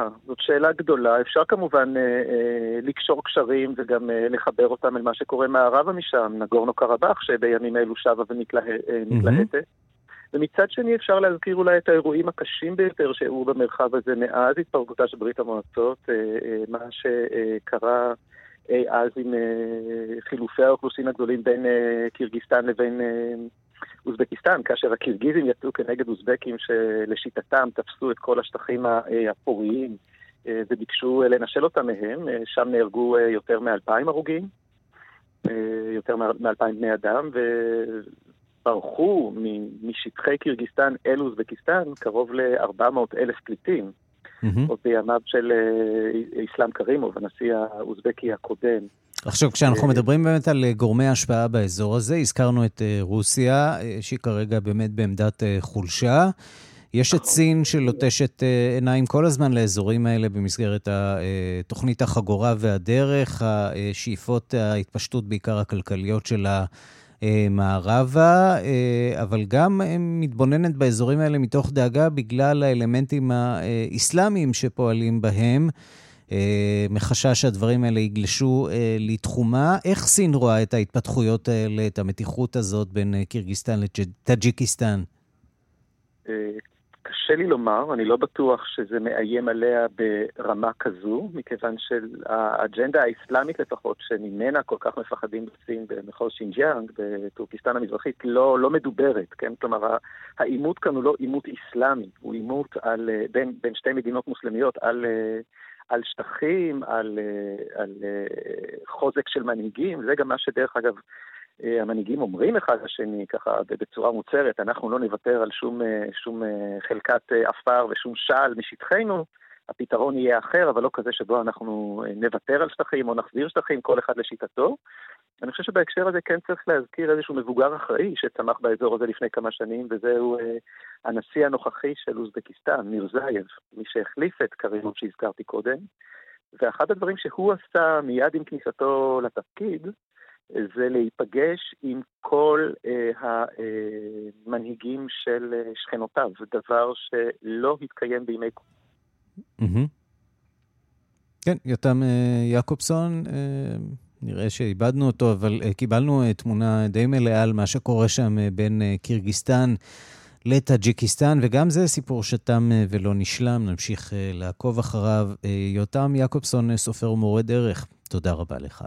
גדולה. אפשר כמובן לקשור קשרים וגם לחבר אותם אל מה שקורה מערבה משם, נגורנו קרבאח, שבימים אלו שבה ומתלהטת. ומצד שני אפשר להזכיר אולי את האירועים הקשים ביותר שהיו במרחב הזה מאז התפרקותה של ברית המועצות, מה שקרה אז עם חילופי האוכלוסין הגדולים בין קירגיסטן לבין אוזבקיסטן, כאשר הקירגיזים יצאו כנגד אוזבקים שלשיטתם תפסו את כל השטחים הפוריים וביקשו לנשל אותם מהם. שם נהרגו יותר מ-2,000 הרוגים, יותר מ-2,000 בני אדם, וברחו משטחי קירגיסטן אל אוזבקיסטן קרוב ל-400,000 פליטים. עוד בימיו של איסלאם קרימוב, הנשיא האוזבקי הקודם. עכשיו, כשאנחנו מדברים באמת על גורמי השפעה באזור הזה, הזכרנו את רוסיה, שהיא כרגע באמת בעמדת חולשה. יש את סין שלוטשת עיניים כל הזמן לאזורים האלה במסגרת תוכנית החגורה והדרך, השאיפות ההתפשטות בעיקר הכלכליות של המערבה, אבל גם מתבוננת באזורים האלה מתוך דאגה בגלל האלמנטים האסלאמיים שפועלים בהם, מחשש שהדברים האלה יגלשו לתחומה. איך סין רואה את ההתפתחויות האלה, את המתיחות הזאת בין קירגיסטן לטאג'יקיסטן? קשה לי לומר, אני לא בטוח שזה מאיים עליה ברמה כזו, מכיוון שהאג'נדה האסלאמית לפחות, שממנה כל כך מפחדים בסין במחוז שינג'יאנג, בטורקיסטן המזרחית, לא מדוברת, כן? כלומר, העימות כאן הוא לא עימות אסלאמי, הוא עימות בין שתי מדינות מוסלמיות על שטחים, על חוזק של מנהיגים, זה גם מה שדרך אגב, המנהיגים אומרים אחד לשני ככה בצורה מוצרת, אנחנו לא נוותר על שום חלקת אפר ושום שעל משטחנו, הפתרון יהיה אחר, אבל לא כזה שבו אנחנו נוותר על שטחים או נחזיר שטחים, כל אחד לשיטתו. אני חושב שבהקשר הזה כן צריך להזכיר איזשהו מבוגר אחראי שצמח באזור הזה לפני כמה שנים, וזהו הנשיא הנוכחי של אוזבקיסטן, מירזייב, מי שהחליף את קרימוב שהזכרתי קודם, ואחד הדברים שהוא עשה מיד עם כניסתו לתפקיד, זה להיפגש עם כל המנהיגים של שכנותיו, דבר שלא התקיים בימי כן, יותם יעקובסון, נראה שאיבדנו אותו, אבל קיבלנו תמונה די מלאה על מה שקורה שם בין קירגיסטן לטאג'יקיסטן, וגם זה סיפור שתם ולא נשלם, נמשיך לעקוב אחריו. יותם יעקובסון, סופר ומורה דרך, תודה רבה לך.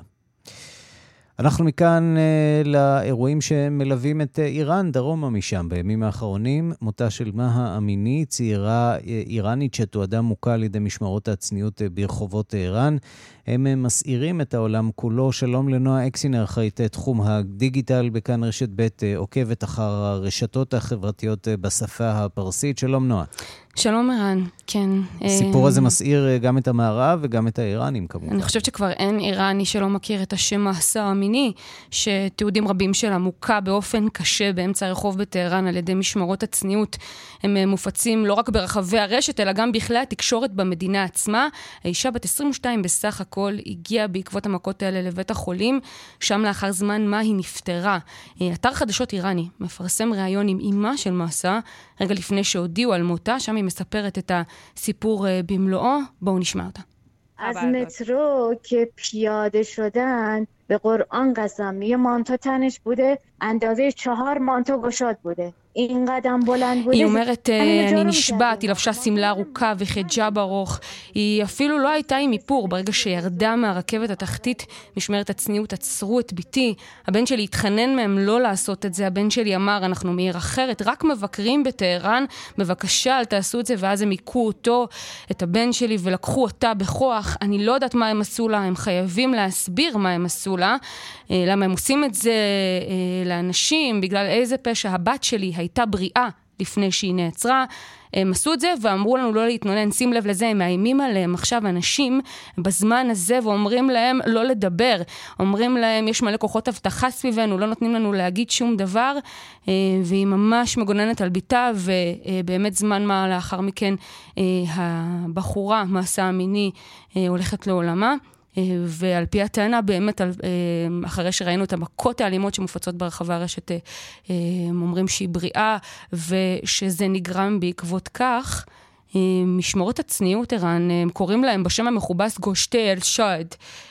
אנחנו מכאן לאירועים שמלווים את איראן, דרומה משם. בימים האחרונים, מותה של מהה אמיני, צעירה איראנית שתועדה מוכה על ידי משמרות הצניעות ברחובות טהרן. הם מסעירים את העולם כולו. שלום לנועה אקסינר, אחראית תחום הדיגיטל בכאן רשת ב', עוקבת אחר הרשתות החברתיות בשפה הפרסית. שלום נועה. שלום ערן, כן. הסיפור הזה מסעיר גם את המערב וגם את האיראנים כמובן. אני חושבת שכבר אין איראני שלא מכיר את השם מהסה אמיני, שתיעודים רבים שלה מוכה באופן קשה באמצע הרחוב בטהרן על ידי משמרות הצניעות. הם מופצים לא רק ברחבי הרשת, אלא גם בכלי התקשורת במדינה עצמה. האישה בת 22 בסך הכל הגיעה בעקבות המכות האלה לבית החולים, שם לאחר זמן מה היא נפטרה. אתר חדשות איראני מפרסם ראיון עם אימה של מהסה, רגע לפני שהודיעו על מותה, שם היא מספרת את הסיפור במלואו. בואו נשמע אותה. از مترو که پیاده شدن به قرآن قسم یه مانتو تنش بوده اندازه 4 مانتو گشاد بوده این قدم بلند بوده. היא אומרת, אני נשבעת, היא לבשה סמלה ארוכה וחיג'אב ארוך. היא אפילו לא הייתה עם איפור. ברגע שירדה מהרכבת התחתית, משמרת הצניעות עצרו את ביתי. הבן שלי התחנן מהם לא לעשות את זה. הבן שלי אמר, אנחנו מעיר אחרת, רק מבקרים בטהרן, בבקשה אל תעשו את זה. ואז הם עיקו אותו, את הבן שלי, ולקחו אותה בכוח. אני לא יודעת מה הם עשו לה, הם חייבים להסביר מה הם עשו לה, למה הם עושים את זה לאנשים, בגלל איזה פשע. הבת שלי הייתה בריאה לפני שהיא נעצרה. הם עשו את זה ואמרו לנו לא להתנונן, שים לב לזה, הם מאיימים עליהם עכשיו אנשים בזמן הזה ואומרים להם לא לדבר, אומרים להם יש מלא כוחות הבטחה סביבנו, לא נותנים לנו להגיד שום דבר, והיא ממש מגוננת על ביתה, ובאמת זמן מה לאחר מכן הבחורה, מהסה אמיני, הולכת לעולמה. ועל פי הטענה באמת אחרי שראינו את המכות האלימות שמופצות ברחבי הרשת, אומרים שהיא בריאה ושזה נגרם בעקבות כך. משמרות הצניעות איראן, הם קוראים להם בשם המכובס גושטי אל שד,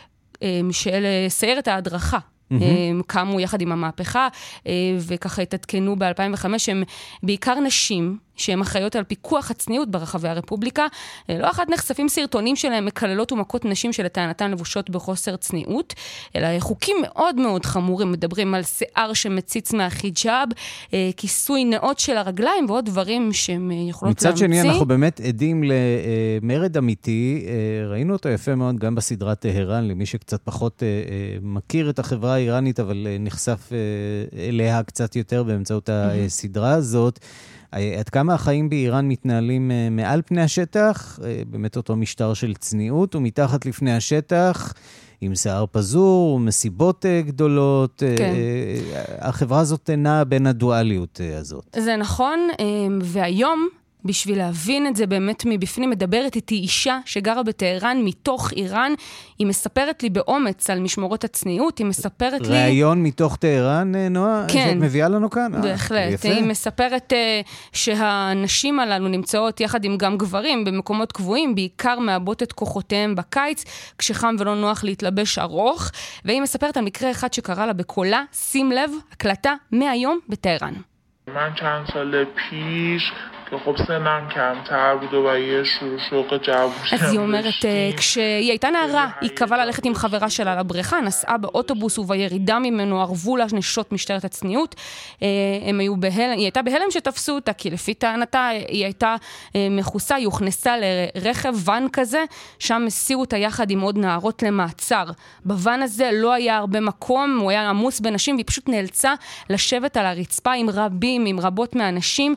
של סיירת ההדרכה. קמו יחד עם המהפכה וככה התעדכנו ב-2005. הם בעיקר נשים שהן אחראיות על פיקוח הצניעות ברחבי הרפובליקה. לא אחת נחשפים סרטונים שלהם מקללות ומכות נשים שלטענתן לבושות בחוסר צניעות, אלא חוקים מאוד מאוד חמורים, מדברים על שיער שמציץ מהחיג'אב, כיסוי נאות של הרגליים ועוד דברים שהם יכולות להמציא. מצד שני אנחנו באמת עדים למרד אמיתי, ראינו אותו יפה מאוד גם בסדרת טהרן, למי שקצת פחות מכיר את החברה האיראנית אבל נחשף אליה קצת יותר באמצעות הסדרה הזאת. עד כמה החיים באיראן מתנהלים מעל פני השטח, באמת אותו משטר של צניעות, ומתחת לפני השטח, עם שיער פזור, מסיבות גדולות, כן. החברה הזאת נעה בין הדואליות הזאת. זה נכון, והיום, בשביל להבין את זה באמת מבפנים, מדברת איתי אישה שגרה בטהרן מתוך איראן, היא מספרת לי באומץ על משמורות הצניעות, היא מספרת לי... ראיון מתוך טהרן, נועה? כן. שאת מביאה לנו כאן? בהחלט. יפה. היא מספרת שהנשים הללו נמצאות יחד עם גם גברים במקומות קבועים, בעיקר מאבות את כוחותיהם בקיץ, כשחם ולא נוח להתלבש ארוך, והיא מספרת על מקרה אחד שקרה לה בקולה, שים לב, הקלטה מהיום בטהרן. من چند سال پیش که خب سنم کمتر بود و یه شوق جوونی. אז היא אומרת, כשהיא הייתה נערה, היא קבעה ללכת עם חברה שלה לבריכה, נסעה באוטובוס ובירידה ממנו ערבו לה נשות משטרת הצניעות. היא הייתה בהלם שתפסו אותה, כי לפי טענתה היא הייתה מכוסה, היא הוכנסה לרכב ון כזה, שם הסירו אותה יחד עם עוד נערות למעצר. בוון הזה לא היה הרבה מקום, הוא היה עמוס בנשים, והיא פשוט נאלצה לשבת על הרצפה עם רבים, עם רבות מהאנשים.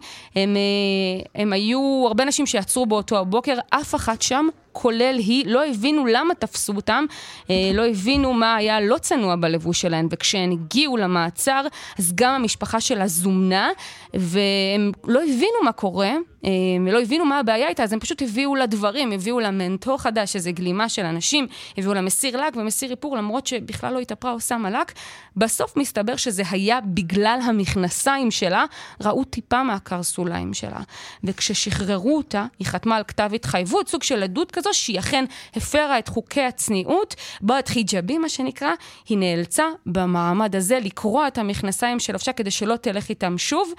הם היו הרבה נשים שיצרו באותו הבוקר, אף אחת שם, כולל היא, לא הבינו למה תפסו אותם, לא הבינו מה היה לא צנוע בלבוש שלהן, וכשהן הגיעו למעצר, אז גם המשפחה שלה זומנה, והם לא הבינו מה קורה, ולא הבינו מה הבעיה איתה, אז הם פשוט הביאו לה דברים, הביאו לה מנטור חדש, שזה גלימה של אנשים, הביאו לה מסיר לק ומסיר איפור, למרות שבכלל לא התאפרה או שמה לק. בסוף מסתבר שזה היה בגלל המכנסיים שלה, ראו טיפה מהקרסוליים שלה. וכששחררו אותה, היא חתמה על כתב התחייבות, סוג של עדות כזו, שהיא אכן הפרה את חוקי הצניעות, בעד חיג'אבי, מה שנקרא, היא נאלצה במעמד הזה לקרוע את המכנסיים של לבשה, כדי שלא תלך איתם שוב.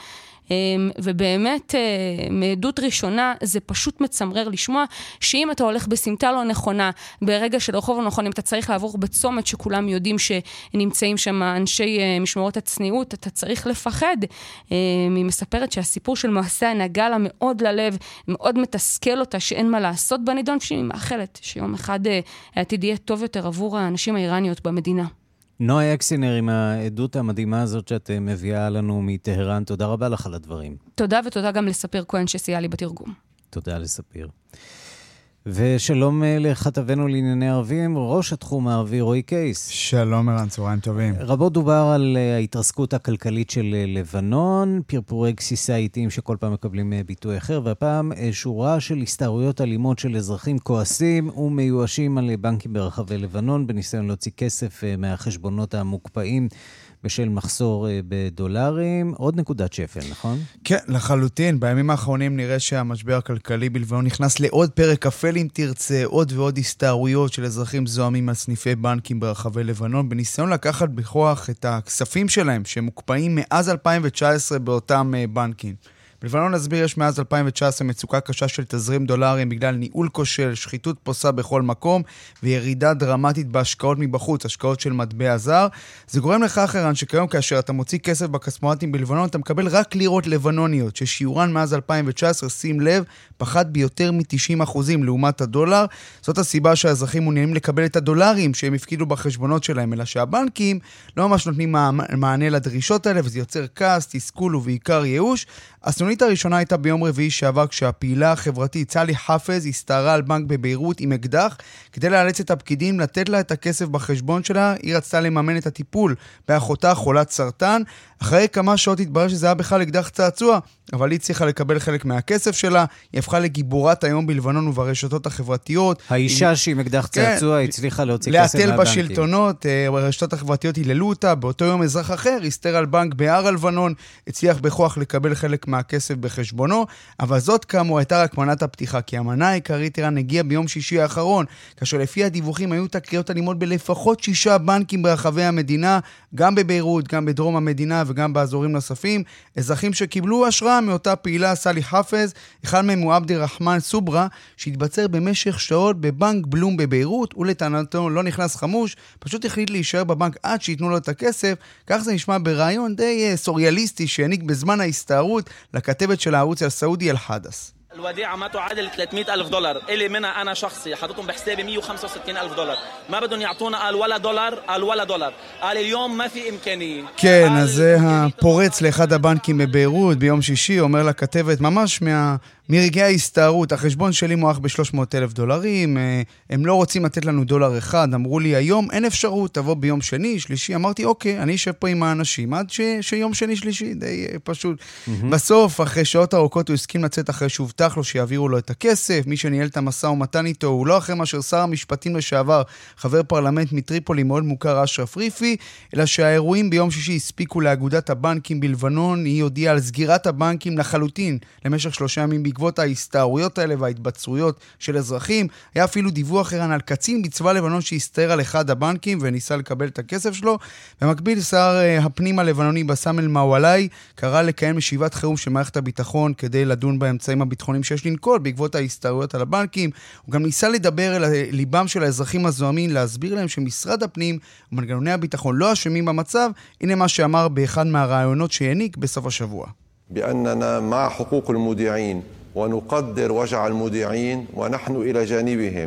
ובאמת מעדות ראשונה זה פשוט מצמרר לשמוע שאם אתה הולך בסמטה לא נכונה, ברגע של רחוב לא נכון, אם אתה צריך לעבור בצומת שכולם יודעים שנמצאים שם אנשי משמרות הצניעות, אתה צריך לפחד. היא מספרת שהסיפור של מעשה נגע לה מאוד ללב, מאוד מתסכל אותה שאין מה לעשות בנידון, שהיא מאחלת שיום אחד העתיד יהיה טוב יותר עבור האנשים האיראניות במדינה. נועה אקסינר, עם העדות המדהימה הזאת שאת מביאה לנו מטהרן, תודה רבה לך על הדברים. תודה, ותודה גם לספיר כהן שסייע לי בתרגום. תודה לספיר. ושלום לכתבנו לענייני ערבים, ראש התחום הערבי רועי קייס. שלום ערן, צהריים טובים. רבות דובר על ההתרסקות הכלכלית של לבנון, פרפורי גסיסה איטיים שכל פעם מקבלים ביטוי אחר, והפעם שורה של הסתערויות אלימות של אזרחים כועסים ומיואשים על בנקים ברחבי לבנון, בניסיון להוציא כסף מהחשבונות המוקפאים בשל מחסור בדולרים. עוד נקודת שפל, נכון? כן, לחלוטין. בימים האחרונים נראה שהמשבר הכלכלי בלבנון נכנס לעוד פרק אפל, אם תרצה, עוד ועוד הסתערויות של אזרחים זוהמים על סניפי בנקים ברחבי לבנון, בניסיון לקחת בכוח את הכספים שלהם, שמוקפאים מאז 2019 באותם בנקים. בלבנון נסביר, יש מאז 2019 מצוקה קשה של תזרים דולרים בגלל ניהול כושל, שחיתות פוסה בכל מקום, וירידה דרמטית בהשקעות מבחוץ, השקעות של מטבע זר. זה גורם לכך, ערן, שכיום כאשר אתה מוציא כסף בכספומטים בלבנון, אתה מקבל רק לירות לבנוניות, ששיעורן מאז 2019, שים לב, פחת ביותר מ-90% לעומת הדולר. זאת הסיבה שהאזרחים מעוניינים לקבל את הדולרים שהם הפקידו בחשבונות שלהם, אלא שהבנקים לא ממש נותנים מענה לדרישות האלה, וזה יוצר כעס, תסכול ובעיקר ייאוש. הסנונית הראשונה הייתה ביום רביעי שעבר, כשהפעילה החברתית סלי חפז הסתערה על בנק בביירות עם אקדח, כדי לאלץ את הפקידים לתת לה את הכסף בחשבון שלה. היא רצתה לממן את הטיפול באחותה חולת סרטן. אחרי כמה שעות התברר שזה היה בכלל אקדח צעצוע, אבל היא צריכה לקבל חלק מהכסף שלה. היא הפכה לגיבורת היום בלבנון וברשתות החברתיות. האישה שהיא אקדח צעצוע הצליחה להוציא כסף מהבנקים. להתל בשלטונות, הרשתות החברתיות היללו אותה. באותו יום אזרח אחר הסתר על בנק בהר הלבנון, הצליח בכוח לקבל חלק מהכסף בחשבונו, אבל זאת כאמור הייתה רק מנת הפתיחה, כי המנה העיקרית איראן הגיעה ביום שישי האחרון, כאשר לפי הדיווחים היו תקריות אלימות בלפחות 6 בנקים ברחבי המדינה, גם בביירות, גם בדרום המדינה וגם באזורים נוספים. אזרחים שקיבלו השראה מאותה פעילה סלי חפז, אחד מהם הוא עבד רחמן סוברה, שהתבצר במשך שעות בבנק בלום בביירות, ולטענתו לא נכנס חמוש, פשוט החליט להישאר בבנק עד שיתנו לו את הכסף. כך זה נשמע ברעיון די סוריאליסטי שהעניק בזמן ההסתערות לכתבת של הערוץ אל-סעודי אל-חדס. الوديعة ما تعادل $300,000 إلي منها أنا شخصي حطيتهم بحسابي $165,000 ما بدهم يعطونا قال ولا دولار قال اليوم ما في إمكانية. כן, אז זה הפורץ לאחד הבנקים בביירות ביום שישי, אומר לכתבת ממש מרגעי ההסתערות, החשבון שלי מוערך $300,000, הם לא רוצים לתת לנו $1, אמרו לי היום אין אפשרות, תבוא ביום שני, שלישי, אמרתי אוקיי, אני אשב פה עם האנשים, עד שיום שני, שלישי, די פשוט. בסוף, אחרי שעות ארוכות, הוא הסכים לצאת אחרי שהובטח לו שיעבירו לו את הכסף, מי שניהל את המשא ומתן איתו, הוא לא אחרי מאשר שר המשפטים לשעבר, חבר פרלמנט מטריפולי מאוד מוכר אשרף ריפי, אלא שהאירועים ביום שישי הספיקו לאגודת הבנקים בלבנון, היא הודיעה על סגירת הבנקים לחלוטין למשך 3 ימים בעקבות ההסתערויות האלה וההתבצרויות של אזרחים. היה אפילו דיווח על קצין בצבא לבנון שהסתער על אחד הבנקים וניסה לקבל את הכסף שלו. במקביל, שר הפנים הלבנוני בסם אל-מעוואלי קרא לקיים ישיבת חירום של מערכת הביטחון כדי לדון באמצעים הביטחוניים שיש לנקוט בעקבות ההסתערויות על הבנקים. הוא גם ניסה לדבר אל ליבם של האזרחים הזועמים, להסביר להם שמשרד הפנים ומנגנוני הביטחון לא אשמים במצב. הנה מה שאמר באחד מהרעיונות שהעניק בסוף השבוע. بأننا مع حقوق المودعين ونقدر وجع المودعين ونحن إلى جانبهم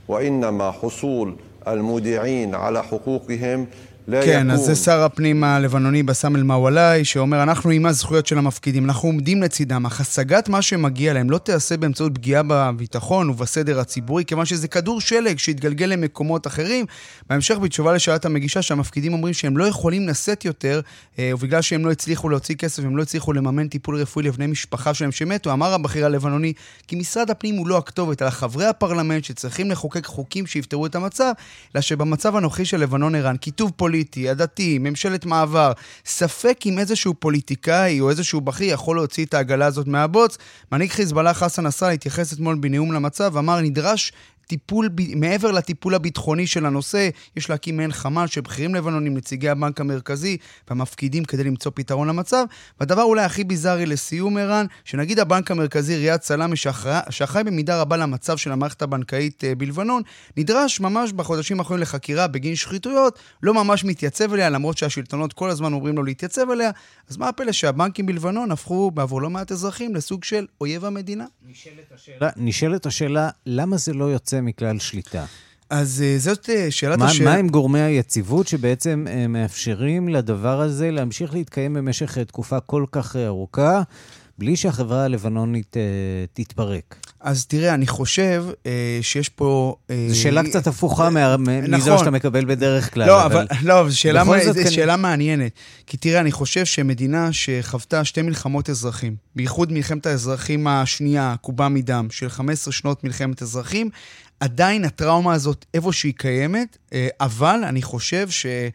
وإنما حصول المودعين على حقوقهم כן, אז זה שר הפנים הלבנוני בסם אל-מעוואלי, שאומר, אנחנו עם הזכויות של המפקידים, אנחנו עומדים לצידם, אך השגת מה שמגיע להם לא תעשה באמצעות פגיעה בביטחון ובסדר הציבורי, כיוון שזה כדור שלג שהתגלגל למקומות אחרים. בהמשך בתשובה לשאלת המגישה, שהמפקידים אומרים שהם לא יכולים לשאת יותר, ובגלל שהם לא הצליחו להוציא כסף, הם לא הצליחו לממן טיפול רפואי לבני משפחה שלהם שמתו. אמר הבכיר הלבנוני, כי משרד הפנים הוא לא הכתובת, אלא חברי הפרלמנט שצריכים לחוקק חוקים שיפתרו את המצב, אלא שבמצב הנוכחי של לבנון איראן, כיתוב פוליטי, הדתי, ממשלת מעבר, ספק אם איזשהו פוליטיקאי או איזשהו בכיר יכול להוציא את העגלה הזאת מהבוץ. מנהיג חיזבאללה חסן נסראללה התייחס אתמול בנאום למצב ואמר, נדרש טיפול, מעבר לטיפול הביטחוני של הנושא, יש להקים מעין חמ"ל של בכירים לבנונים, נציגי הבנק המרכזי והמפקידים כדי למצוא פתרון למצב. והדבר אולי הכי ביזארי לסיום ערן, שנגיד הבנק המרכזי ריאד סלאמי, שאחראי במידה רבה למצב של המערכת הבנקאית בלבנון, נדרש ממש בחודשים האחרונים לחקירה בגין שחיתויות, לא ממש מתייצב אליה, למרות שהשלטונות כל הזמן אומרים לו להתייצב אליה. אז מה הפלא שהבנקים בלבנון הפכו בעבור לא מעט אזרחים לסוג של אויב המדינה? נשאלת השאלה, למה זה לא יוצא מכלל שליטה? אז זאת שאלת השאלה. מה עם גורמי היציבות שבעצם מאפשרים לדבר הזה להמשיך להתקיים במשך תקופה כל כך ארוכה, בלי שהחברה הלבנונית תתפרק? אז תראה, אני חושב שיש פה... זו שאלה קצת הפוכה מזו שאתה מקבל בדרך כלל. לא, זו שאלה מעניינת. כי תראה, אני חושב שמדינה שחוותה 2 מלחמות אזרחים, בייחוד מלחמת האזרחים השנייה, קובה מדם, של 15 שנות מלחמת אזרחים, עדיין הטראומה הזאת איפה שהיא קיימת, אבל אני חושב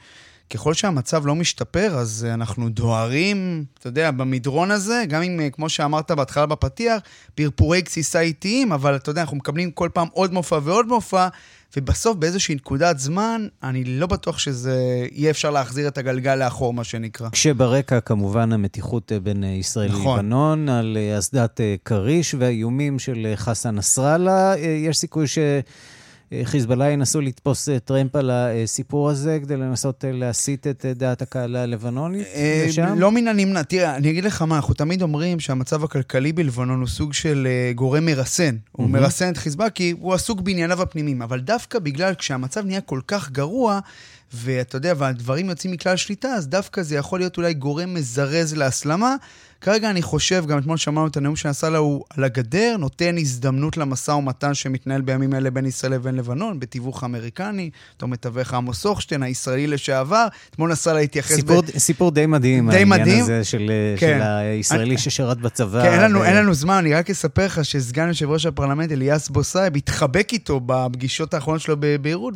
ככל שהמצב לא משתפר, אז אנחנו דוהרים, אתה יודע, במדרון הזה, גם אם, כמו שאמרת בהתחלה בפתיח, פרפורי גסיסה איטיים, אבל אתה יודע, אנחנו מקבלים כל פעם עוד מופע ועוד מופע, ובסוף באיזושהי נקודת זמן, אני לא בטוח שזה יהיה אפשר להחזיר את הגלגל לאחור, מה שנקרא. כשברקע כמובן המתיחות בין ישראל לבנון, על אסדת קריש והאיומים של חסן נסראללה, יש סיכוי חיזבאללה ינסו לתפוס טרמפ על הסיפור הזה, כדי לנסות להסיט את דעת הקהל הלבנונית לשם? לא מן הנמנע. תראה, אני אגיד לך מה, אנחנו תמיד אומרים שהמצב הכלכלי בלבנון הוא סוג של גורם מרסן. הוא מרסן את חיזבאללה כי הוא עסוק בענייניו הפנימיים, אבל דווקא בגלל כשהמצב נהיה כל כך גרוע, ואתה יודע, והדברים יוצאים מכלל שליטה, אז דווקא זה יכול להיות אולי גורם מזרז להסלמה. כרגע אני חושב, גם אתמול שמענו את הנאום שנסראללה הוא על הגדר, נותן הזדמנות למשא ומתן שמתנהל בימים האלה בין ישראל לבין לבנון, בתיווך אמריקני, אותו מתווך עמוס הוכשטיין, הישראלי לשעבר, אתמול נסראללה התייחס... סיפור די מדהים, העניין הזה של הישראלי ששרת בצבא. כן, אין לנו זמן, אני רק אספר לך שסגן יושב ראש הפרלמנט אליאס בוסייב התחבק איתו בפגישות האחרונות שלו בביירות,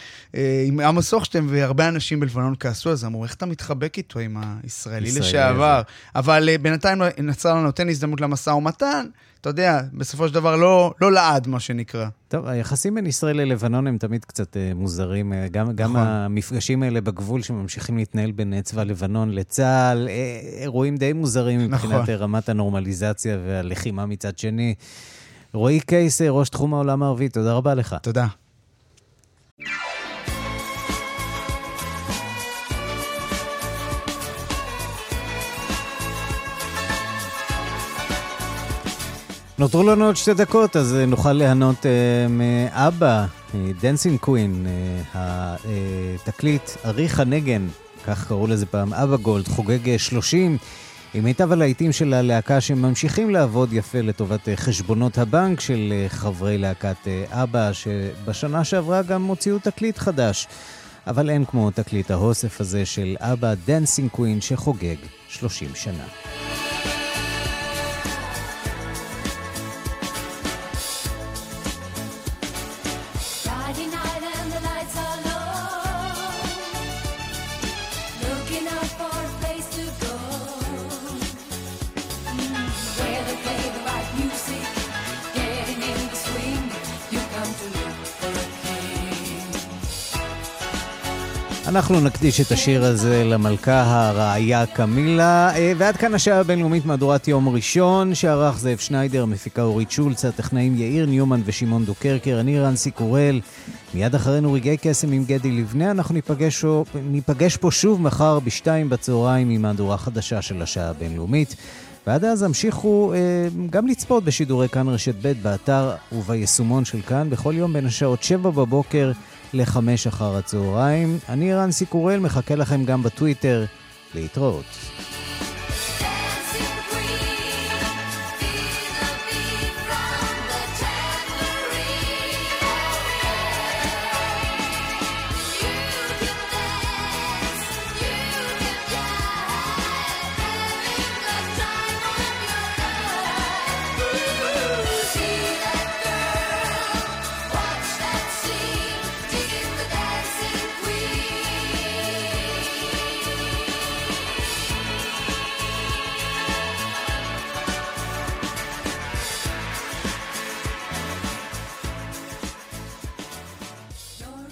ועם עמוס הוכשטיין והרבה אנשים בלבנון כעסו, אז אמרו, איך אתה מתחבק איתו עם הישראלי לשעבר? אבל בינתיים נסראללה נותן הזדמנות למשא ומתן, אתה יודע, בסופו של דבר לא לעד, מה שנקרא. טוב, היחסים בין ישראל ללבנון הם תמיד קצת מוזרים, גם המפגשים האלה בגבול שממשיכים להתנהל בין צבא לבנון לצה"ל, אירועים די מוזרים מבחינת רמת הנורמליזציה והלחימה מצד שני. רועי קייס, ראש תחום העולם הערבי, תודה רבה לך. תודה. נותרו לנו עוד 2 דקות, אז נוכל ליהנות מאבא, דנסינג קווין, התקליט אריך הנגן, כך קראו לזה פעם, אבא גולד, חוגג 30, עם מיטב הלהיטים של הלהקה שממשיכים לעבוד יפה לטובת חשבונות הבנק של חברי להקת אבא, שבשנה שעברה גם הוציאו תקליט חדש. אבל אין כמו תקליט ההוסף הזה של אבא, דנסינג קווין, שחוגג 30 שנה. אנחנו נקדיש את השיר הזה למלכה הרעיה קמילה, ועד כאן השעה הבינלאומית מהדורת יום ראשון, שערך זאב שניידר, מפיקה אורית שולץ, הטכנאים יאיר ניומן ושמעון דוקרקר, אני רנסי קורל, מיד אחרינו רגעי קסם עם גדי לבנה, אנחנו ניפגש פה שוב מחר ב14:00 עם מהדורה חדשה של השעה הבינלאומית, ועד אז המשיכו גם לצפות בשידורי כאן רשת ב' באתר וביישומון של כאן, בכל יום בין השעות 7 בבוקר ל5 אחר הצהריים. אני רנסי קורל, מחכה לכם גם בטוויטר. להתראות.